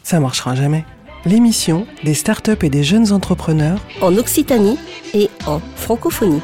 Ça marchera jamais. L'émission des startups et des jeunes entrepreneurs en Occitanie et en francophonie.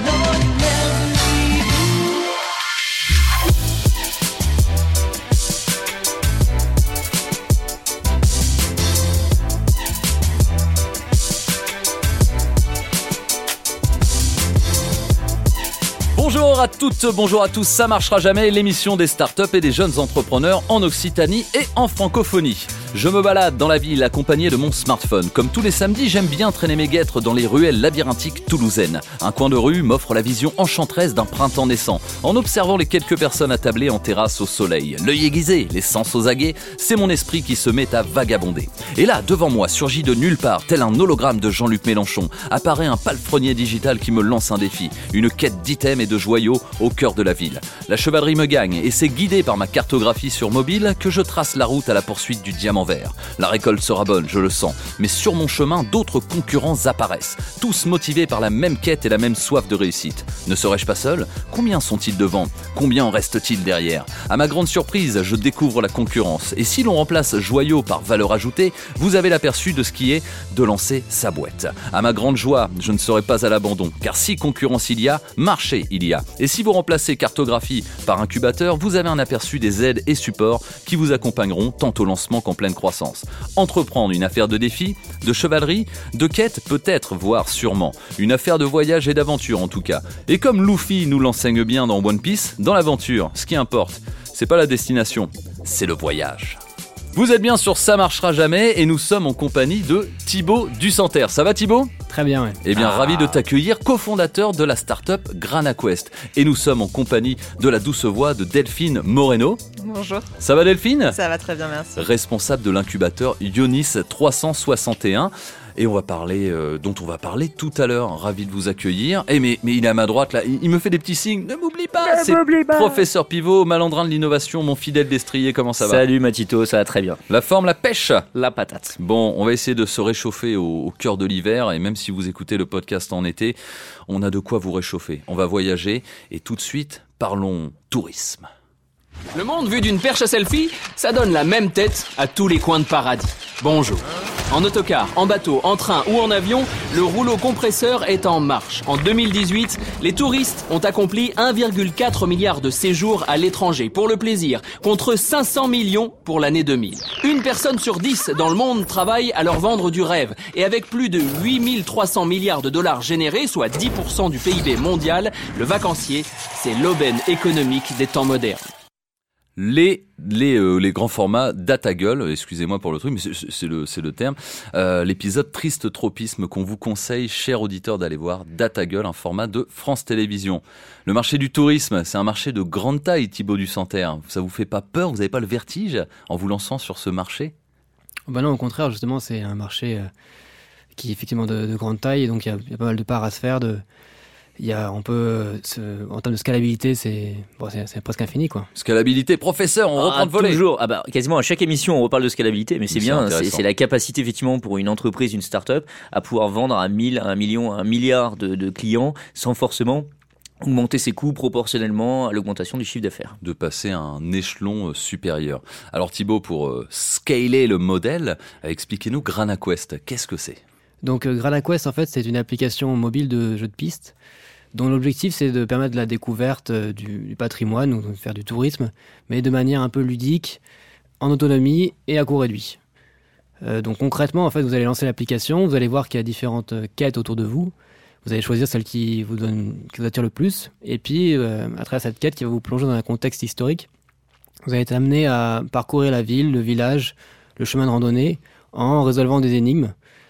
Bonjour à toutes, bonjour à tous, ça marchera jamais, l'émission des startups et des jeunes entrepreneurs en Occitanie et en francophonie. Je me balade dans la ville accompagné de mon smartphone. Comme tous les samedis, j'aime bien traîner mes guêtres dans les ruelles labyrinthiques toulousaines. Un coin de rue m'offre la vision enchanteresse d'un printemps naissant. En observant les quelques personnes attablées en terrasse au soleil, l'œil aiguisé, les sens aux aguets, c'est mon esprit qui se met à vagabonder. Et là, devant moi, surgit de nulle part, tel un hologramme de Jean-Luc Mélenchon, apparaît un palefrenier digital qui me lance un défi, une quête d'items et de joyaux au cœur de la ville. La chevalerie me gagne et c'est guidé par ma cartographie sur mobile que je trace la route à la poursuite du diamant vert. La récolte sera bonne, je le sens, mais sur mon chemin, d'autres concurrents apparaissent, tous motivés par la même quête et la même soif de réussite. Ne serais-je pas seul ? Combien sont-ils devant ? Combien en reste-t-il derrière ? À ma grande surprise, je découvre la concurrence. Et si l'on remplace joyau par valeur ajoutée, vous avez l'aperçu de ce qui est de lancer sa boîte. À ma grande joie, je ne serai pas à l'abandon, car si concurrence il y a, marché il y a. Et si vous remplacez cartographie par incubateur, vous avez un aperçu des aides et supports qui vous accompagneront tant au lancement qu'en pleine croissance. Entreprendre une affaire de défi, de chevalerie, de quête peut-être, voire sûrement. Une affaire de voyage et d'aventure en tout cas. Et comme Luffy nous l'enseigne bien dans One Piece, dans l'aventure, ce qui importe, c'est pas la destination, c'est le voyage. Vous êtes bien sur Ça marchera jamais et nous sommes en compagnie de Thibaut Dusanter. Ça va Thibaut ? Très bien, ouais. Eh bien, ravi de t'accueillir, cofondateur de la start-up GranaQuest. Et nous sommes en compagnie de la douce voix de Delphine Moreno. Bonjour. Ça va Delphine ? Ça va très bien, merci. Responsable de l'incubateur Ionis 361. Et on va parler, dont on va parler tout à l'heure. Ravi de vous accueillir. Mais il est à ma droite là, il me fait des petits signes. Ne m'oublie pas. C'est Professeur Pivot, malandrin de l'innovation, mon fidèle destrier. Comment ça va ? Salut Matito, ça va très bien. La forme, la pêche ? La patate. Bon, on va essayer de se réchauffer au cœur de l'hiver. Et même si vous écoutez le podcast en été, on a de quoi vous réchauffer. On va voyager. Et tout de suite, parlons tourisme. Le monde vu d'une perche à selfie, ça donne la même tête à tous les coins de paradis. Bonjour. En autocar, en bateau, en train ou en avion, le rouleau compresseur est en marche. En 2018, les touristes ont accompli 1,4 milliard de séjours à l'étranger pour le plaisir, contre 500 millions pour l'année 2000. Une personne sur 10 dans le monde travaille à leur vendre du rêve. Et avec plus de 8300 milliards de dollars générés, soit 10% du PIB mondial, le vacancier, c'est l'aubaine économique des temps modernes. Les grands formats data gueule, excusez-moi pour le truc, mais c'est le terme. L'épisode Triste Tropisme qu'on vous conseille, chers auditeurs, d'aller voir. Data gueule, un format de France Télévisions. Le marché du tourisme, c'est un marché de grande taille, Thibaut Dusanter. Ça vous fait pas peur ? Vous n'avez pas le vertige en vous lançant sur ce marché ? Ben non, au contraire, justement, c'est un marché qui est effectivement de grande taille, et donc il y a pas mal de parts à se faire. En termes de scalabilité, c'est presque infini, quoi. Scalabilité, professeur, on reprend le volet. Toujours, quasiment à chaque émission, on reparle de scalabilité, mais c'est bien, c'est la capacité, effectivement, pour une entreprise, une start-up, à pouvoir vendre à 1000, à 1 million, à 1 milliard de clients, sans forcément augmenter ses coûts proportionnellement à l'augmentation du chiffre d'affaires. De passer à un échelon supérieur. Alors Thibaut, pour scaler le modèle, expliquez-nous GranaQuest, qu'est-ce que c'est ? Donc GranaQuest, en fait, c'est une application mobile de jeu de piste dont l'objectif, c'est de permettre la découverte du patrimoine, ou de faire du tourisme, mais de manière un peu ludique, en autonomie et à coût réduit. Donc concrètement, en fait, vous allez lancer l'application, vous allez voir qu'il y a différentes quêtes autour de vous, vous allez choisir celle qui vous attire le plus, et puis à travers cette quête qui va vous plonger dans un contexte historique, vous allez être amené à parcourir la ville, le village, le chemin de randonnée, en résolvant des énigmes.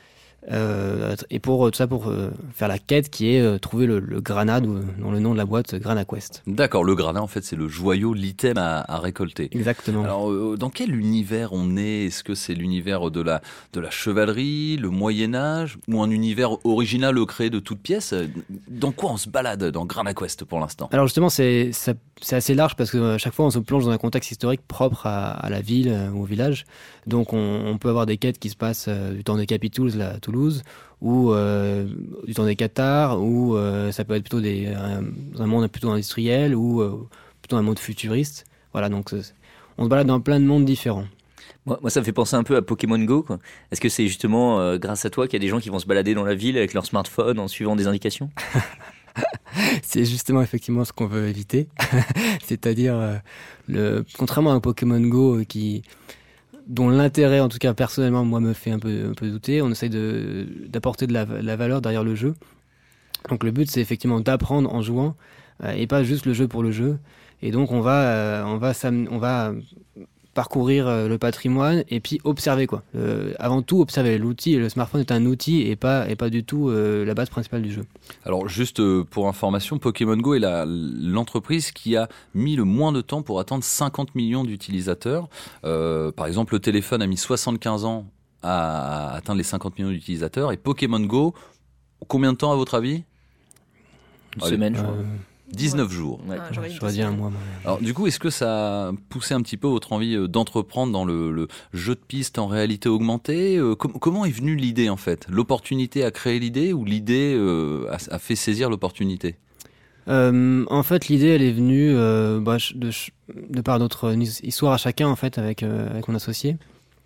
Et pour tout ça, pour faire la quête qui est trouver le Grana, dont le nom de la boîte, GranaQuest. D'accord, le Grana, en fait, c'est le joyau, l'item à récolter. Exactement. Alors, dans quel univers on est ? Est-ce que c'est l'univers de la chevalerie, le Moyen-Âge, ou un univers original créé de toutes pièces ? Dans quoi on se balade dans GranaQuest pour l'instant ? Alors justement, c'est assez large parce que à chaque fois, on se plonge dans un contexte historique propre à la ville ou au village. Donc, on peut avoir des quêtes qui se passent du temps des Capitouls à Toulouse, ou du temps des Cathares, ou ça peut être plutôt un monde plutôt industriel, ou plutôt un monde futuriste. Voilà, donc on se balade dans plein de mondes différents. Moi, ça me fait penser un peu à Pokémon Go, quoi. Est-ce que c'est justement grâce à toi qu'il y a des gens qui vont se balader dans la ville avec leur smartphone en suivant des indications ? C'est justement effectivement ce qu'on veut éviter. C'est-à-dire, contrairement à Pokémon Go, dont l'intérêt, en tout cas personnellement, moi, me fait un peu douter, on essaye d'apporter de la valeur derrière le jeu. Donc le but, c'est effectivement d'apprendre en jouant, et pas juste le jeu pour le jeu. Et donc on va parcourir le patrimoine et puis observer, quoi. Avant tout, observer l'outil. Le smartphone est un outil et pas du tout la base principale du jeu. Alors juste pour information, Pokémon Go est l'entreprise qui a mis le moins de temps pour atteindre 50 millions d'utilisateurs. Par exemple, le téléphone a mis 75 ans à atteindre les 50 millions d'utilisateurs. Et Pokémon Go, combien de temps à votre avis ? Une semaine, je crois. 19 jours. Ouais. J'aurais dit un mois. Alors du coup, est-ce que ça a poussé un petit peu votre envie d'entreprendre dans le jeu de piste en réalité augmentée ? Comment est venue l'idée en fait ? L'opportunité a créé l'idée ou l'idée a fait saisir l'opportunité ? En fait, l'idée, elle est venue de par notre histoire à chacun, en fait, avec mon associé.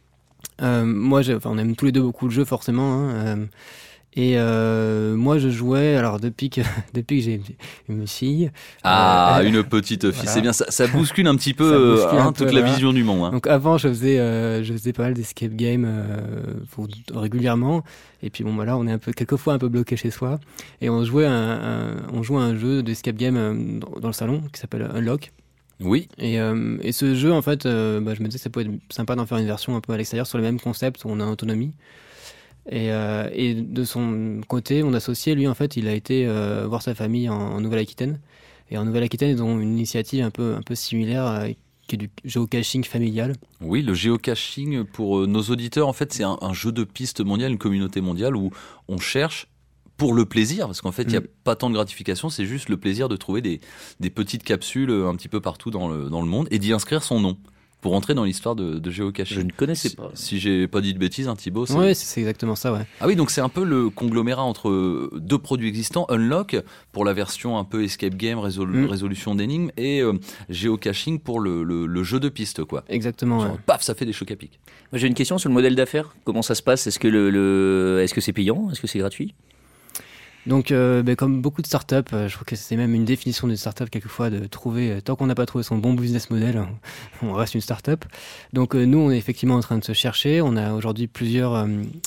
Moi, on aime tous les deux beaucoup le jeu, forcément. Et moi, je jouais, alors depuis que j'ai une fille. Une petite fille, voilà. C'est bien, ça bouscule un petit peu toute la vision du monde. Hein. Donc avant, je faisais pas mal d'escape game régulièrement. Et puis bon, voilà, on est quelquefois un peu bloqué chez soi. Et on joue à un jeu d'escape game dans le salon qui s'appelle Unlock. Oui. Et ce jeu, en fait, je me disais que ça pourrait être sympa d'en faire une version un peu à l'extérieur sur le même concept où on a autonomie. Et de son côté, mon associé, lui, en fait, il a été voir sa famille en Nouvelle-Aquitaine. Et en Nouvelle-Aquitaine, ils ont une initiative un peu similaire qui est du géocaching familial. Oui, le géocaching, pour nos auditeurs, en fait, c'est un jeu de piste mondial, une communauté mondiale où on cherche pour le plaisir, parce qu'en fait, il n'y a pas tant de gratification, c'est juste le plaisir de trouver des petites capsules un petit peu partout dans le monde et d'y inscrire son nom. Pour entrer dans l'histoire de géocaching. Je ne connaissais pas. Si j'ai pas dit de bêtises, Thibaut. Oui, c'est exactement ça, ouais. Ah oui, donc c'est un peu le conglomérat entre deux produits existants, Unlock pour la version un peu escape game, résolution d'énigmes, et géocaching pour le jeu de piste, quoi. Exactement. Genre, paf, ça fait des chocs à pic. Moi, j'ai une question sur le modèle d'affaires. Comment ça se passe ? Est-ce que c'est payant ? Est-ce que c'est gratuit ? Donc, comme beaucoup de startups, je trouve que c'est même une définition d'une startup quelquefois de trouver, tant qu'on n'a pas trouvé son bon business model, on reste une startup. Donc, nous, on est effectivement en train de se chercher. On a aujourd'hui plusieurs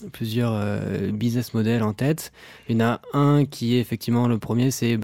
business models en tête. Il y en a un qui est effectivement le premier, c'est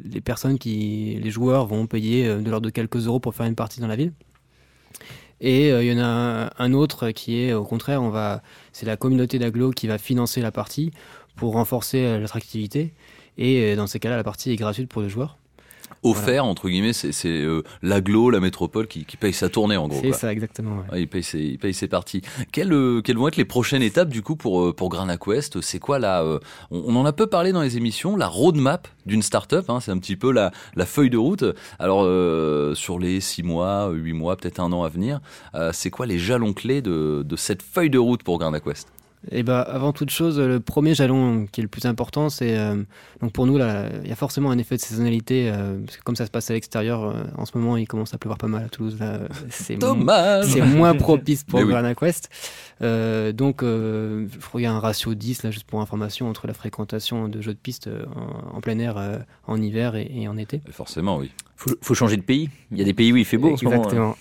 les joueurs vont payer de l'ordre de quelques euros pour faire une partie dans la ville. Et il y en a un autre qui est, au contraire, c'est la communauté d'agglo qui va financer la partie pour renforcer l'attractivité. Et dans ces cas-là, la partie est gratuite pour le joueur. Offert, voilà. Entre guillemets, c'est l'agglo, la métropole qui paye sa tournée, en gros. C'est ça, exactement. Ouais. Il paye ses parties. Quelles vont être les prochaines étapes, du coup, pour GranaQuest ? C'est quoi, on en a peu parlé dans les émissions, la roadmap d'une start-up, hein, c'est un petit peu la feuille de route. Alors, sur les 6 mois, 8 mois, peut-être 1 an à venir, c'est quoi les jalons clés de cette feuille de route pour GranaQuest ? Et avant toute chose, le premier jalon qui est le plus important, c'est donc pour nous là, il y a forcément un effet de saisonnalité parce que comme ça se passe à l'extérieur, en ce moment il commence à pleuvoir pas mal à Toulouse. Là, c'est moins propice pour GranaQuest. Donc, je crois qu'il y a un ratio 10 là, juste pour information, entre la fréquentation de jeux de piste en plein air en hiver et en été. Et forcément, oui. Faut changer de pays. Il y a des pays où il fait beau. Exactement.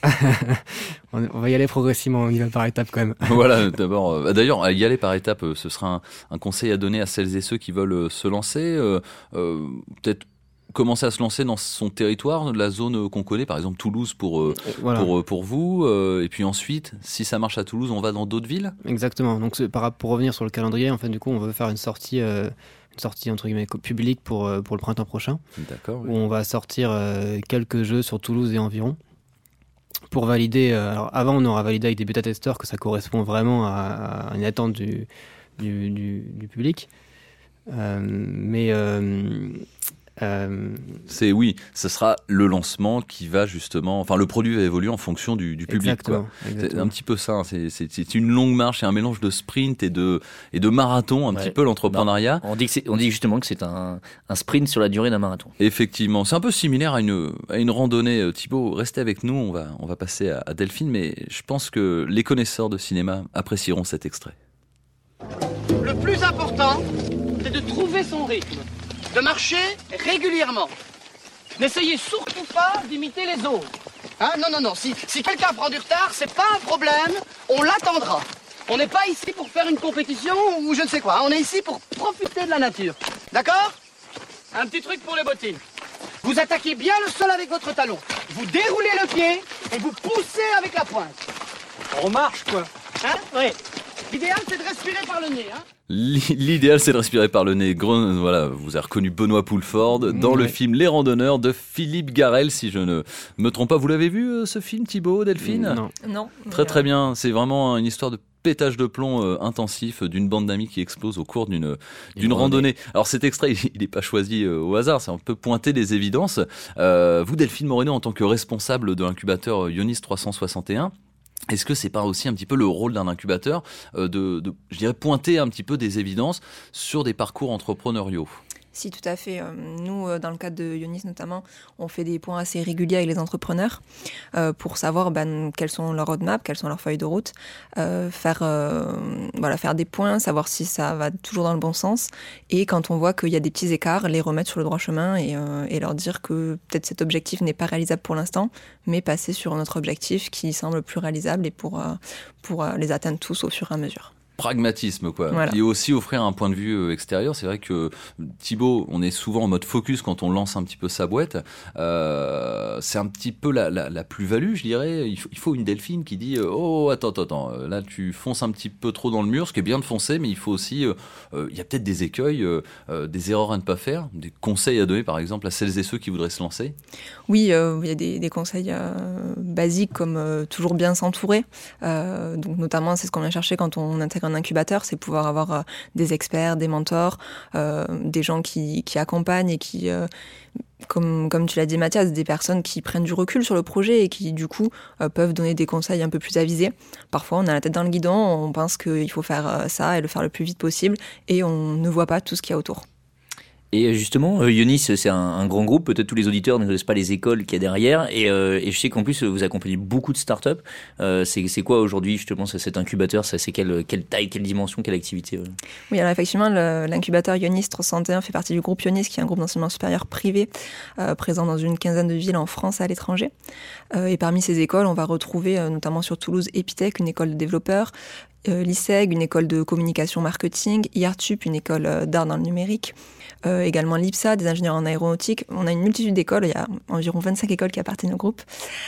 On va y aller progressivement, on y va par étapes quand même. Voilà, d'abord. D'ailleurs, y aller par étapes, ce sera un conseil à donner à celles et ceux qui veulent se lancer. Peut-être commencer à se lancer dans son territoire, la zone qu'on connaît, par exemple Toulouse pour vous. Et puis ensuite, si ça marche à Toulouse, on va dans d'autres villes. Exactement. Donc pour revenir sur le calendrier, en fait, du coup, on veut faire une sortie entre guillemets publique pour le printemps prochain. D'accord. Oui. Où on va sortir quelques jeux sur Toulouse et environ pour valider. Alors avant, on aura validé avec des bêta-testeurs que ça correspond vraiment à une attente du public. Ce sera le lancement qui va justement... Enfin, le produit va évoluer en fonction du public. Quoi. C'est un petit peu ça. Hein. C'est une longue marche, c'est un mélange de sprint et de marathon, petit peu l'entrepreneuriat. On dit justement que c'est un sprint sur la durée d'un marathon. Effectivement. C'est un peu similaire à une randonnée. Thibaut, restez avec nous, on va passer à Delphine, mais je pense que les connaisseurs de cinéma apprécieront cet extrait. Le plus important, c'est de trouver son rythme, de marcher régulièrement. N'essayez surtout pas d'imiter les autres. Hein, non. Si quelqu'un prend du retard, c'est pas un problème, on l'attendra. On n'est pas ici pour faire une compétition ou je ne sais quoi. On est ici pour profiter de la nature. D'accord ? Un petit truc pour les bottines. Vous attaquez bien le sol avec votre talon. Vous déroulez le pied et vous poussez avec la pointe. On marche, quoi. Hein ? Oui. L'idéal, c'est de respirer par le nez. Hein ? L'idéal, c'est de respirer par le nez. Voilà, vous avez reconnu Benoît Poulford dans le film Les Randonneurs de Philippe Garrel, si je ne me trompe pas. Vous l'avez vu, ce film, Thibaut, Delphine ? Non. Très bien. C'est vraiment une histoire de pétage de plomb intensif d'une bande d'amis qui explose au cours d'une randonnée. Alors cet extrait, il n'est pas choisi au hasard, c'est un peu pointer des évidences. Vous, Delphine Moreno, en tant que responsable de l'incubateur Ionis 361, est-ce que c'est pas aussi un petit peu le rôle d'un incubateur de je dirais, pointer un petit peu des évidences sur des parcours entrepreneuriaux ? Si, tout à fait. Nous, dans le cadre de Ionis notamment, on fait des points assez réguliers avec les entrepreneurs pour savoir quelles sont leurs roadmaps, quelles sont leurs feuilles de route, faire des points, savoir si ça va toujours dans le bon sens. Et quand on voit qu'il y a des petits écarts, les remettre sur le droit chemin et leur dire que peut-être cet objectif n'est pas réalisable pour l'instant, mais passer sur un autre objectif qui semble plus réalisable et pour les atteindre tous au fur et à mesure. Pragmatisme, quoi. Voilà. Et aussi offrir un point de vue extérieur. C'est vrai que Thibaut, on est souvent en mode focus quand on lance un petit peu sa boîte. C'est un petit peu la plus-value, je dirais. Il faut une Delphine qui dit oh, attends, là tu fonces un petit peu trop dans le mur, ce qui est bien de foncer, mais il faut aussi, il y a peut-être des écueils, des erreurs à ne pas faire, des conseils à donner par exemple à celles et ceux qui voudraient se lancer. Oui, il y a des conseils basiques comme toujours bien s'entourer. Donc notamment, c'est ce qu'on vient chercher quand on intègre un incubateur, c'est pouvoir avoir des experts, des mentors, des gens qui accompagnent et qui, comme tu l'as dit Mathias, des personnes qui prennent du recul sur le projet et qui du coup peuvent donner des conseils un peu plus avisés. Parfois on a la tête dans le guidon, on pense qu'il faut faire ça et le faire le plus vite possible et on ne voit pas tout ce qu'il y a autour. Et justement, Ionis, c'est un grand groupe. Peut-être tous les auditeurs ne connaissent pas les écoles qu'il y a derrière. Et je sais qu'en plus, vous accompagnez beaucoup de startups. C'est quoi aujourd'hui, justement, cet incubateur ? C'est quelle taille, quelle dimension, quelle activité ? Oui, alors effectivement, l'incubateur Ionis 361 fait partie du groupe Ionis, qui est un groupe d'enseignement supérieur privé présent dans une quinzaine de villes en France et à l'étranger. Et parmi ces écoles, on va retrouver notamment sur Toulouse Epitech, une école de développeurs, l'ISEG, une école de communication marketing, IARTUP, une école d'art dans le numérique, également l'IPSA, des ingénieurs en aéronautique. On a une multitude d'écoles, il y a environ 25 écoles qui appartiennent au groupe.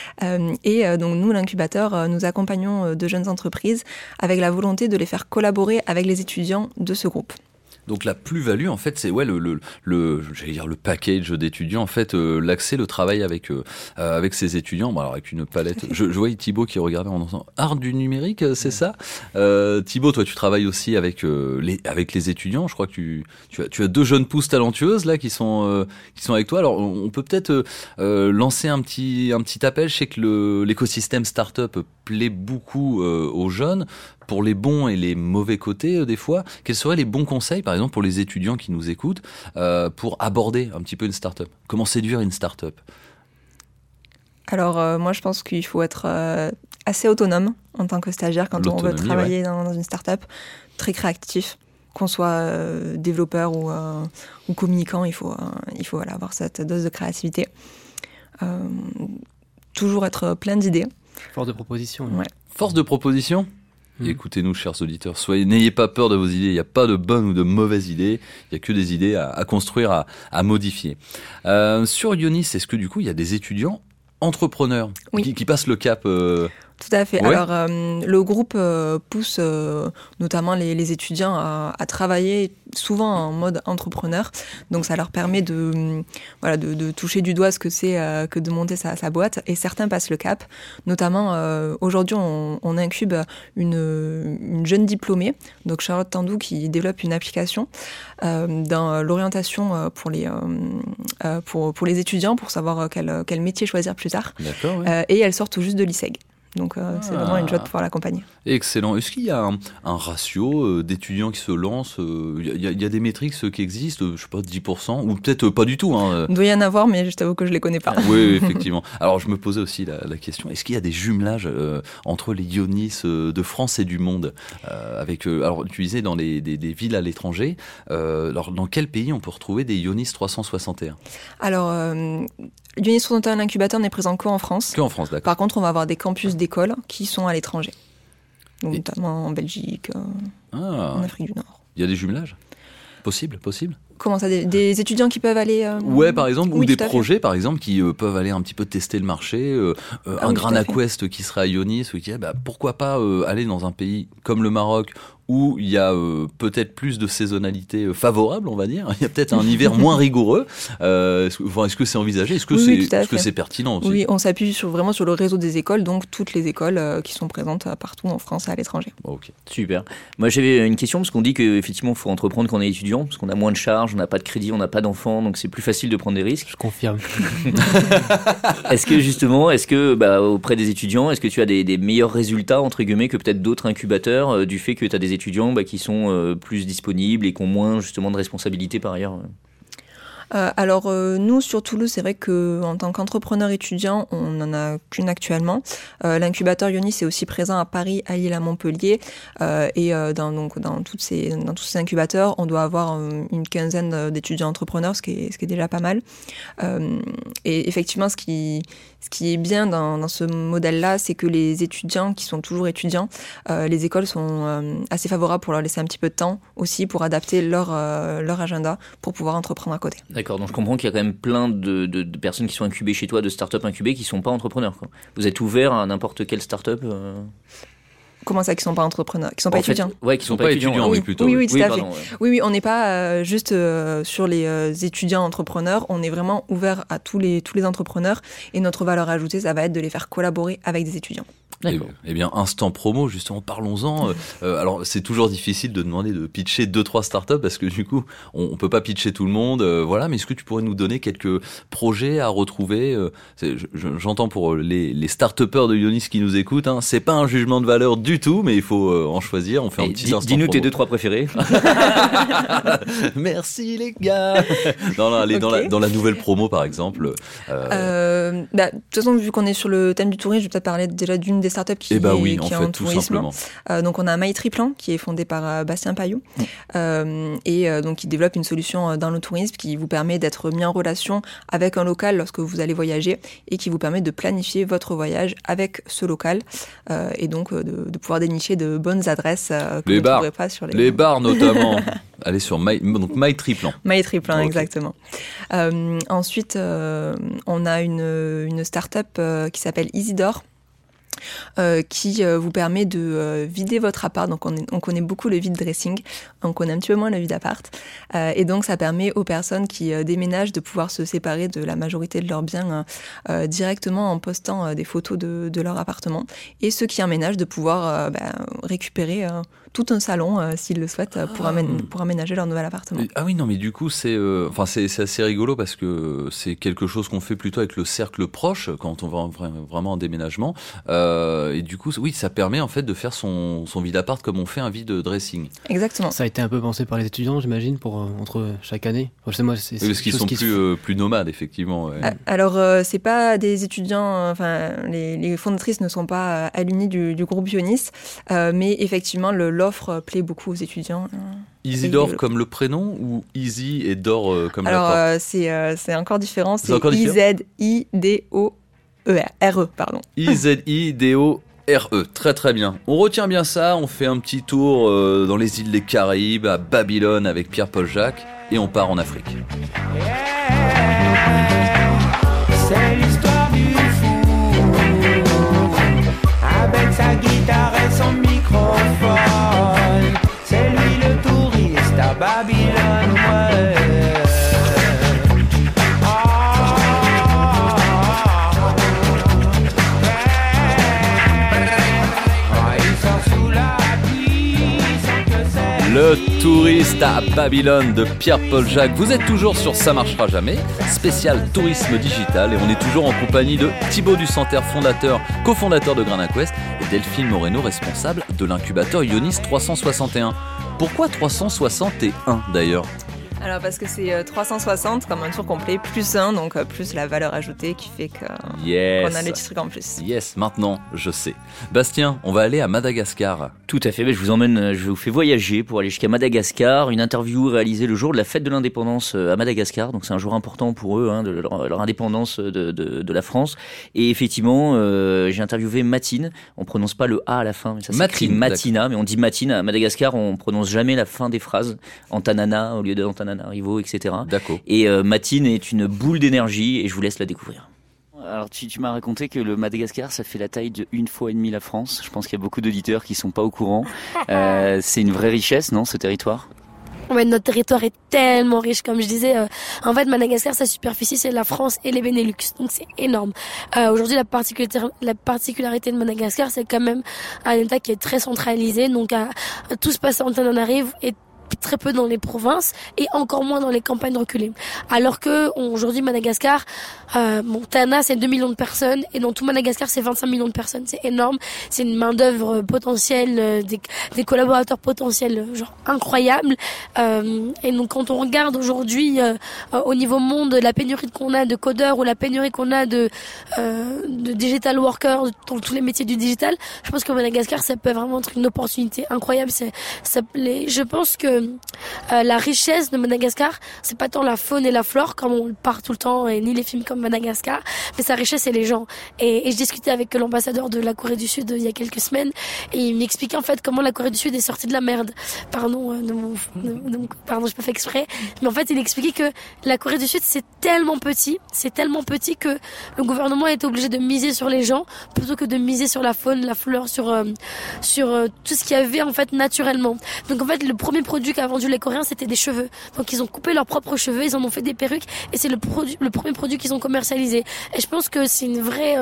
Donc nous, l'incubateur, nous accompagnons de jeunes entreprises avec la volonté de les faire collaborer avec les étudiants de ce groupe. Donc la plus-value, en fait, c'est j'allais dire le package d'étudiants, en fait, l'accès, le travail avec ces étudiants. Bon, alors avec une palette. Je voyais Thibaut qui regardait en disant art du numérique, c'est ça. Thibaut, toi, tu travailles aussi avec les étudiants. Je crois que tu as deux jeunes pousses talentueuses là qui sont avec toi. Alors on peut peut-être lancer un petit appel. Je sais que l'écosystème startup plaît beaucoup aux jeunes. Pour les bons et les mauvais côtés, des fois, quels seraient les bons conseils, par exemple, pour les étudiants qui nous écoutent, pour aborder un petit peu une start-up ? Comment séduire une start-up ? Alors, moi, je pense qu'il faut être assez autonome en tant que stagiaire quand on veut travailler dans une start-up, très créatif. Qu'on soit développeur ou communicant, il faut avoir cette dose de créativité. Toujours être plein d'idées. Force de proposition. Ouais. Force de proposition ? Écoutez-nous, chers auditeurs, n'ayez pas peur de vos idées, il n'y a pas de bonnes ou de mauvaises idées, il n'y a que des idées à construire, à modifier. Sur Ionis, est-ce que du coup il y a des étudiants entrepreneurs qui passent le cap Tout à fait. Ouais. Alors, le groupe pousse notamment les étudiants à travailler souvent en mode entrepreneur. Donc, ça leur permet de toucher du doigt ce que c'est que de monter sa boîte. Et certains passent le cap. Notamment, aujourd'hui, on incube une jeune diplômée, donc Charlotte Tandou, qui développe une application dans l'orientation pour les étudiants, pour savoir quel métier choisir plus tard. D'accord, ouais. Et elle sort tout juste de l'ISEG. Donc c'est vraiment une joie de pouvoir l'accompagner. Excellent. Est-ce qu'il y a un ratio d'étudiants qui se lancent Il y a des métriques qui existent, je sais pas, 10%, ou peut-être pas du tout. Hein. Il doit y en avoir, mais je t'avoue que je les connais pas. Oui, effectivement. Alors je me posais aussi la question, est-ce qu'il y a des jumelages entre les Ionis de France et du monde alors tu disais dans des villes à l'étranger, alors dans quel pays on peut retrouver des Ionis 361 ? Alors, Ionis 361, l'incubateur n'est présent qu'en France. Qu'en France, d'accord. Par contre, on va avoir des campus d'écoles qui sont à l'étranger. Donc, notamment en Belgique, en Afrique du Nord. Il y a des jumelages ? Possible ? Comment ça, des étudiants qui peuvent aller... Ouais, par exemple, oui, ou des projets, par exemple, qui peuvent aller un petit peu tester le marché. Un Grana Quest qui serait à Ionis, ou qui dit, pourquoi pas aller dans un pays comme le Maroc, où il y a peut-être plus de saisonnalité favorable, on va dire. Il y a peut-être un hiver moins rigoureux. Est-ce que c'est envisagé ? Est-ce que c'est pertinent aussi ? Oui, on s'appuie vraiment sur le réseau des écoles, donc toutes les écoles qui sont présentes partout en France et à l'étranger. Okay. Super. Moi, j'avais une question, parce qu'on dit qu'effectivement, il faut entreprendre quand on est étudiant, parce qu'on a moins de charges, on n'a pas de crédit, on n'a pas d'enfants, donc c'est plus facile de prendre des risques. Je confirme. Est-ce que auprès des étudiants, est-ce que tu as des meilleurs résultats, entre guillemets, que peut-être d'autres incubateurs, du fait que tu as des étudiants qui sont plus disponibles et qui ont moins justement de responsabilités par ailleurs? Alors nous sur Toulouse, c'est vrai que en tant qu'entrepreneur étudiant, on n'en a qu'une actuellement. L'incubateur Ionis est aussi présent à Paris, à Lille, à Montpellier, et dans tous ces incubateurs, on doit avoir une quinzaine d'étudiants entrepreneurs, ce qui est déjà pas mal. Et effectivement, ce qui est bien dans ce modèle-là, c'est que les étudiants qui sont toujours étudiants, les écoles sont assez favorables pour leur laisser un petit peu de temps aussi pour adapter leur agenda pour pouvoir entreprendre à côté. D'accord, donc je comprends qu'il y a quand même plein de personnes qui sont incubées chez toi, de startups incubées, qui ne sont pas entrepreneurs, quoi. Vous êtes ouvert à n'importe quelle startup Comment ça, qui sont pas entrepreneurs, qui sont pas étudiants? Ouais, qui sont pas étudiants, oui, plutôt. Oui, tout à fait. Ouais. Oui, on n'est pas juste sur les étudiants entrepreneurs. On est vraiment ouvert à tous les entrepreneurs. Et notre valeur ajoutée, ça va être de les faire collaborer avec des étudiants. Eh bien, instant promo, justement, parlons-en. Alors, c'est toujours difficile de demander de pitcher 2-3 startups parce que du coup, on peut pas pitcher tout le monde. Voilà, mais est-ce que tu pourrais nous donner quelques projets à retrouver? J'entends pour les start-upers de Ionis qui nous écoutent, hein, c'est pas un jugement de valeur du tout, mais il faut en choisir. On fait un petit instant dis-nous promo. tes 2-3 préférés. Merci les gars. Dans la nouvelle promo, par exemple. De toute façon, vu qu'on est sur le thème du tourisme, je vais peut-être parler déjà d'une des startups qui est en tourisme. Donc on a MyTriplan qui est fondé par Bastien Paillou donc qui développe une solution dans le tourisme qui vous permet d'être mis en relation avec un local lorsque vous allez voyager et qui vous permet de planifier votre voyage avec ce local et donc de pouvoir dénicher de bonnes adresses que vous ne trouverez pas sur les bars notamment. Allez sur MyTriplan. MyTriplan, okay. Exactement. Ensuite, on a une start-up qui s'appelle EasyDoor. Qui vous permet de vider votre appart. Donc on connaît beaucoup le vide dressing, on connaît un petit peu moins le vide appart. Et donc ça permet aux personnes qui déménagent de pouvoir se séparer de la majorité de leurs biens directement en postant des photos de leur appartement. Et ceux qui emménagent de pouvoir récupérer tout un salon s'ils le souhaitent pour aménager leur nouvel appartement. Ah oui, non, mais du coup c'est assez rigolo parce que c'est quelque chose qu'on fait plutôt avec le cercle proche quand on va vraiment en déménagement. Et du coup, oui, ça permet en fait de faire son vide appart comme on fait un vide dressing. Exactement. Ça a été un peu pensé par les étudiants, j'imagine, pour entre chaque année. Parce qu'ils sont plus nomades, effectivement. Ouais. Alors, c'est pas des étudiants. Les fondatrices ne sont pas alumni du groupe Ionis, mais effectivement, l'offre plaît beaucoup aux étudiants. EasyDoor comme le prénom ou Easy et Door comme la porte? Alors, c'est encore différent. C'est IZIDORE, pardon. IZIDORE, très très bien. On retient bien ça, on fait un petit tour dans les îles des Caraïbes, à Babylone avec Pierre-Paul Jacques, et on part en Afrique. C'est l'histoire du fou. Le touriste à Babylone de Pierre-Paul Jacques. Vous êtes toujours sur Ça marchera jamais, spécial tourisme digital, et on est toujours en compagnie de Thibaut Dusanterre, cofondateur de Grain Quest, et Delphine Moreno, responsable de l'incubateur Ionis 361. Pourquoi 361 d'ailleurs ? Alors parce que c'est 360 comme un tour complet, plus 1, donc plus la valeur ajoutée qui fait qu'on a le petit truc en plus. Yes, maintenant je sais. Bastien, on va aller à Madagascar. Tout à fait, je vous fais voyager pour aller jusqu'à Madagascar. Une interview réalisée le jour de la fête de l'indépendance à Madagascar, donc c'est un jour important pour eux, de leur indépendance de la France. Et effectivement, j'ai interviewé Matine, on prononce pas le A à la fin, mais ça s'écrit Matina, mais on dit Matine. À Madagascar, on prononce jamais la fin des phrases, Antanana au lieu de Antanana. Arrivo, etc. D'accord. Et Matine est une boule d'énergie et je vous laisse la découvrir. Alors tu m'as raconté que le Madagascar ça fait la taille de 1,5 fois la France. Je pense qu'il y a beaucoup d'auditeurs qui sont pas au courant. C'est une vraie richesse, non, ce territoire ? Ouais, notre territoire est tellement riche, comme je disais. En fait, Madagascar, sa superficie, c'est la France et les Benelux, donc c'est énorme. Aujourd'hui, la particularité de Madagascar, c'est quand même un État qui est très centralisé, donc tout se passe à Antananarivo et très peu dans les provinces et encore moins dans les campagnes reculées. Alors que aujourd'hui Madagascar, Montana c'est 2 millions de personnes et dans tout Madagascar c'est 25 millions de personnes. C'est énorme, c'est une main d'œuvre potentielle, des collaborateurs potentiels genre incroyables. Et donc quand on regarde aujourd'hui au niveau monde la pénurie qu'on a de codeurs ou la pénurie qu'on a de digital workers dans tous les métiers du digital, je pense que Madagascar ça peut vraiment être une opportunité incroyable. Je pense que la richesse de Madagascar, c'est pas tant la faune et la flore comme on le parle tout le temps, et ni les films comme Madagascar, mais sa richesse c'est les gens. Et je discutais avec l'ambassadeur de la Corée du Sud il y a quelques semaines, et il m'expliquait en fait comment la Corée du Sud est sortie de la merde. Pardon, je peux faire exprès, mais en fait il expliquait que la Corée du Sud c'est tellement petit que le gouvernement est obligé de miser sur les gens plutôt que de miser sur la faune, la flore, sur tout ce qu'il y avait en fait naturellement. Donc en fait le premier produit qu'a vendu les Coréens, c'était des cheveux. Donc ils ont coupé leurs propres cheveux, ils en ont fait des perruques et c'est le premier produit qu'ils ont commercialisé. Et je pense que c'est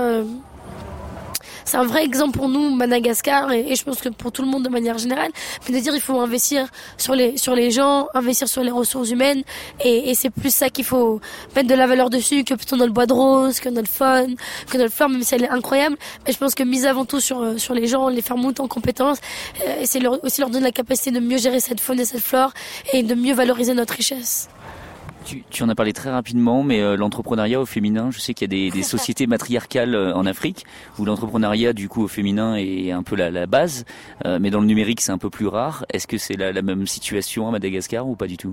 c'est un vrai exemple pour nous, Madagascar, et je pense que pour tout le monde de manière générale, mais de dire il faut investir sur les gens, investir sur les ressources humaines, et c'est plus ça qu'il faut mettre de la valeur dessus que plutôt notre bois de rose, que notre faune, que notre flore, même si elle est incroyable. Mais je pense que mise avant tout sur les gens, les faire monter en compétences, et c'est aussi leur donner la capacité de mieux gérer cette faune et cette flore, et de mieux valoriser notre richesse. Tu en as parlé très rapidement, mais l'entrepreneuriat au féminin, je sais qu'il y a des sociétés matriarcales en Afrique, où l'entrepreneuriat du coup au féminin est un peu la base, mais dans le numérique c'est un peu plus rare. Est-ce que c'est la même situation à Madagascar ou pas du tout ?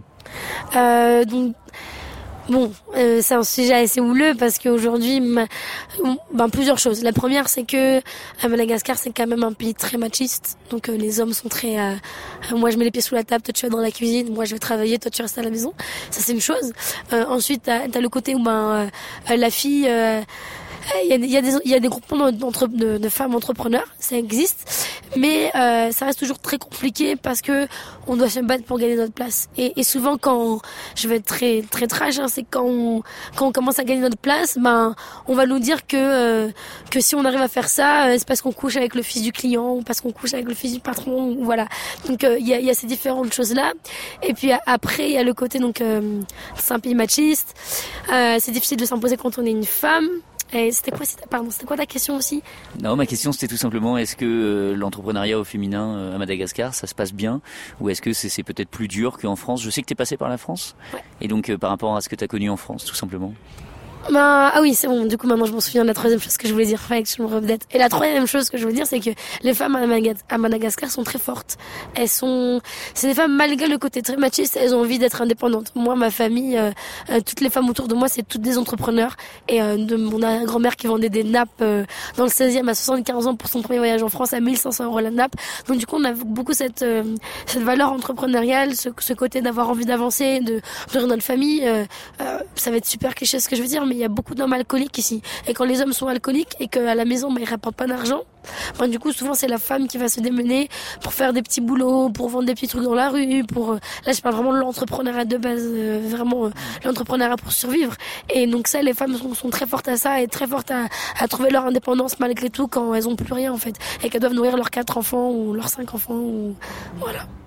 C'est un sujet assez houleux parce qu'aujourd'hui, plusieurs choses. La première, c'est que à Madagascar, c'est quand même un pays très machiste. Donc les hommes sont très... moi, je mets les pieds sous la table, toi tu vas dans la cuisine, moi je vais travailler, toi tu restes à la maison. Ça, c'est une chose. Ensuite, t'as le côté où la fille... Il y a des groupements de femmes entrepreneurs, ça existe, mais ça reste toujours très compliqué parce que on doit se battre pour gagner notre place. Et souvent, quand je vais être très très trash, c'est quand on commence à gagner notre place, on va nous dire que si on arrive à faire ça, c'est parce qu'on couche avec le fils du client ou parce qu'on couche avec le fils du patron, ou voilà. Donc il y a ces différentes choses là. Et puis après, il y a le côté c'est un pays machiste. C'est difficile de s'imposer quand on est une femme. Et c'était quoi ta question aussi ? Non, ma question c'était tout simplement, est-ce que l'entrepreneuriat au féminin à Madagascar, ça se passe bien ? Ou est-ce que c'est peut-être plus dur qu'en France ? Je sais que t'es passé par la France. Ouais. Et donc par rapport à ce que t'as connu en France, tout simplement. Ah oui, c'est bon. Du coup, maintenant, je m'en souviens de la troisième chose que je voulais dire. Fallait que je me update. Et la troisième chose que je veux dire, c'est que les femmes à Madagascar sont très fortes. C'est des femmes, malgré le côté très machiste, elles ont envie d'être indépendantes. Moi, ma famille, toutes les femmes autour de moi, c'est toutes des entrepreneurs. Et on a une grand-mère qui vendait des nappes dans le 16e à 75 ans pour son premier voyage en France à 1500 € la nappe. Donc, du coup, on a beaucoup cette valeur entrepreneuriale, ce côté d'avoir envie d'avancer, de nourrir notre famille. Ça va être super cliché ce que je veux dire, mais il y a beaucoup d'hommes alcooliques ici. Et quand les hommes sont alcooliques et qu'à la maison, ils rapportent pas d'argent, du coup, souvent, c'est la femme qui va se démener pour faire des petits boulots, pour vendre des petits trucs dans la rue, là, je parle vraiment de l'entrepreneuriat de base, vraiment, l'entrepreneuriat pour survivre. Et donc ça, les femmes sont très fortes à ça et très fortes à trouver leur indépendance malgré tout quand elles ont plus rien, en fait. Et qu'elles doivent nourrir leurs 4 enfants ou leurs 5 enfants, ou voilà.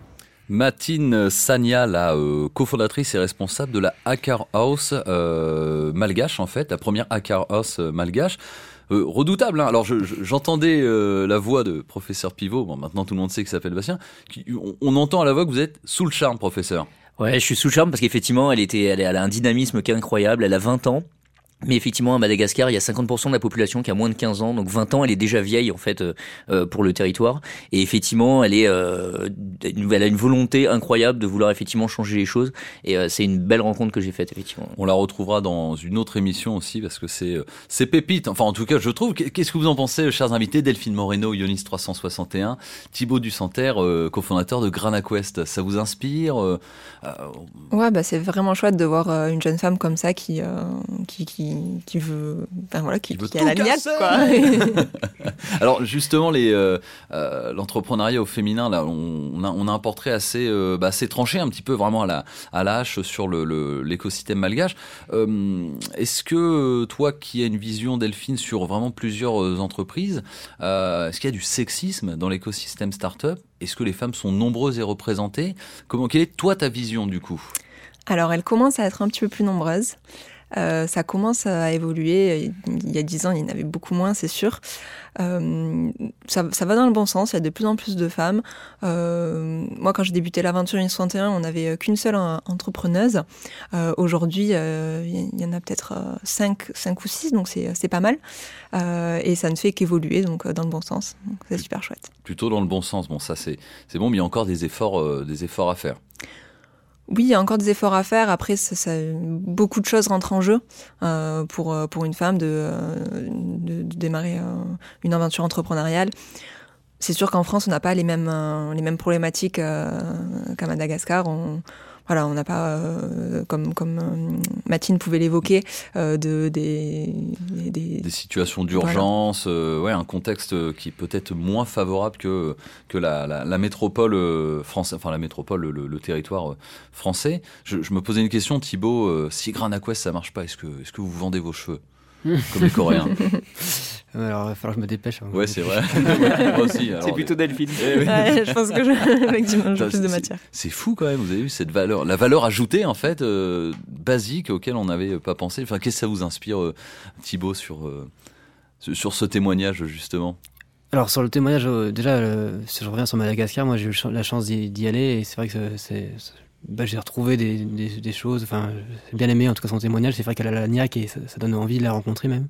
Mathine Sagna, la cofondatrice et responsable de la Hacker House malgache, en fait, la première Hacker House malgache. Redoutable, hein. Alors j'entendais la voix de professeur Pivot, bon, maintenant tout le monde sait qu'il s'appelle Bastien, on entend à la voix que vous êtes sous le charme, professeur. Ouais, je suis sous le charme parce qu'effectivement elle a un dynamisme qui est incroyable, elle a 20 ans. Mais effectivement, à Madagascar, il y a 50% de la population qui a moins de 15 ans. Donc 20 ans, elle est déjà vieille, en fait, pour le territoire. Et effectivement, elle a une volonté incroyable de vouloir effectivement changer les choses. Et c'est une belle rencontre que j'ai faite, effectivement. On la retrouvera dans une autre émission aussi, parce que c'est pépite. Enfin, en tout cas, je trouve. Qu'est-ce que vous en pensez, chers invités? Delphine Moreno, Ionis 361, Thibaut Dusanter, cofondateur de GranaQuest. Ça vous inspire? Ouais, bah, c'est vraiment chouette de voir une jeune femme comme ça qui veut, enfin voilà, qui a la niaque, quoi. Alors justement, l'entrepreneuriat au féminin, là, on a un portrait assez tranché, un petit peu vraiment à la hache sur l'écosystème malgache. Est-ce que toi, qui as une vision, Delphine, sur vraiment plusieurs entreprises, est-ce qu'il y a du sexisme dans l'écosystème start-up? Est-ce que les femmes sont nombreuses et représentées? Quelle est toi ta vision du coup? Alors, elle commence à être un petit peu plus nombreuse. Ça commence à évoluer. Il y a 10 ans, il y en avait beaucoup moins, c'est sûr. Ça va dans le bon sens. Il y a de plus en plus de femmes. Moi, quand j'ai débuté l'aventure Ionis 61, on n'avait qu'une seule entrepreneuse. Aujourd'hui, il y en a peut-être 5 ou 6, donc c'est pas mal. Et ça ne fait qu'évoluer, donc dans le bon sens. Donc, c'est super chouette. Plutôt dans le bon sens. Bon, ça c'est bon, mais il y a encore des efforts à faire. Oui, il y a encore des efforts à faire. Après, beaucoup de choses rentrent en jeu pour une femme de démarrer une aventure entrepreneuriale. C'est sûr qu'en France, on n'a pas les mêmes problématiques qu'à Madagascar. On n'a pas, comme Mathine pouvait l'évoquer, des situations d'urgence, voilà. Un contexte qui est peut-être moins favorable que la métropole française, enfin la métropole, le territoire français. Je me posais une question, Thibaut, si GranaQuest ça marche pas, est-ce que vous vendez vos cheveux comme les Coréens? Alors, il va falloir que je me dépêche. Ouais, c'est vrai. Moi aussi. C'est plutôt Delphine. Ouais, je pense que effectivement, j'ai plus de matière. C'est fou quand même, vous avez vu cette valeur, la valeur ajoutée en fait, basique, auquelle on n'avait pas pensé. Enfin, qu'est-ce que ça vous inspire, Thibaut, sur ce témoignage justement? Alors sur le témoignage, déjà, si je reviens sur Madagascar, moi j'ai eu la chance d'y aller et c'est vrai que j'ai retrouvé des choses, enfin j'ai bien aimé en tout cas son témoignage, c'est vrai qu'elle a la niaque et ça donne envie de la rencontrer même.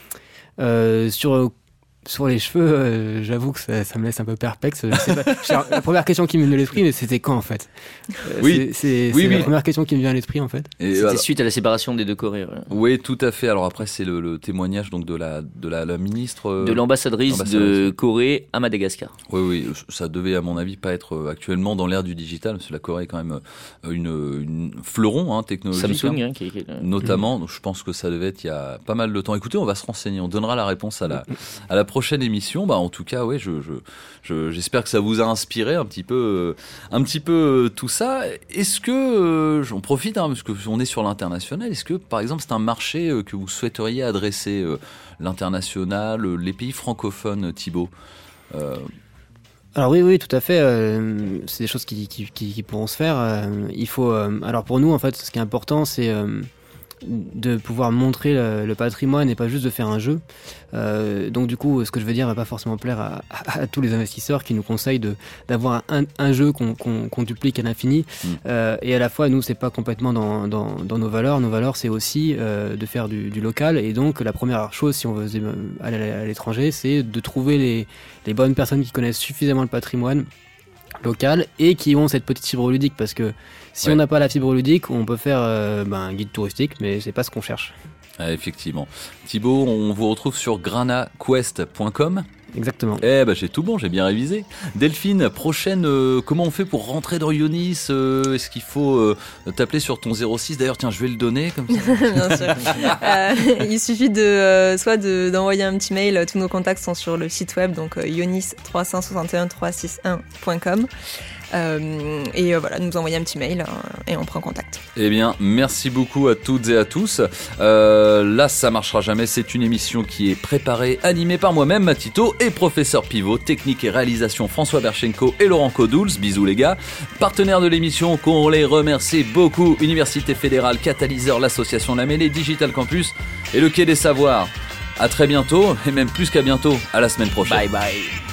Sur les cheveux, j'avoue que ça me laisse un peu perplexe. La première question qui me vient à l'esprit, mais c'était quand en fait? C'est la première question qui me vient à l'esprit en fait. C'était suite à la séparation des deux Corées. Ouais. Oui, tout à fait. Alors après, c'est le témoignage donc de la ministre, de l'ambassadrice de Corée à Madagascar. Oui, ça devait à mon avis pas être actuellement dans l'ère du digital, parce que la Corée est quand même une fleuron technologique. Samsung, notamment. Donc, je pense que ça devait être il y a pas mal de temps. Écoutez, on va se renseigner, on donnera la réponse à la prochaine émission. En tout cas, ouais, j'espère que ça vous a inspiré un petit peu tout ça. Est-ce que j'en profite parce que on est sur l'international. Est-ce que par exemple c'est un marché que vous souhaiteriez adresser, l'international, les pays francophones, Thibaut? Alors oui, tout à fait. C'est des choses qui pourront se faire. Il faut. Alors pour nous, en fait, ce qui est important, c'est de pouvoir montrer le patrimoine et pas juste de faire un jeu. Donc du coup, ce que je veux dire va pas forcément plaire à tous les investisseurs qui nous conseillent d'avoir un jeu qu'on duplique à l'infini. Et à la fois, nous, c'est pas complètement dans nos valeurs. Nos valeurs, c'est aussi de faire du local. Et donc, la première chose, si on veut aller à l'étranger, c'est de trouver les bonnes personnes qui connaissent suffisamment le patrimoine local et qui ont cette petite fibre ludique, parce que si on n'a pas la fibre ludique, on peut faire un guide touristique, mais c'est pas ce qu'on cherche. Effectivement. Thibaut, on vous retrouve sur granaquest.com. Exactement. J'ai tout bon, j'ai bien révisé. Delphine, prochaine, comment on fait pour rentrer dans Ionis? Est-ce qu'il faut t'appeler sur ton 06? D'ailleurs, tiens, je vais le donner comme ça. Bien sûr. Il suffit soit d'envoyer un petit mail. Tous nos contacts sont sur le site web, donc ionis361361.com. Et voilà, nous envoyer un petit mail et on prend contact. Eh bien, merci beaucoup à toutes et à tous. Là, ça marchera jamais. C'est une émission qui est préparée, animée par moi-même, Matito, et professeur Pivot, technique et réalisation François Berchenko et Laurent Codouls. Bisous les gars. Partenaires de l'émission, qu'on les remercie beaucoup. Université fédérale, Catalyseur, l'association La Mêlée, Digital Campus et le Quai des Savoirs. À très bientôt, et même plus qu'à bientôt, à la semaine prochaine. Bye bye.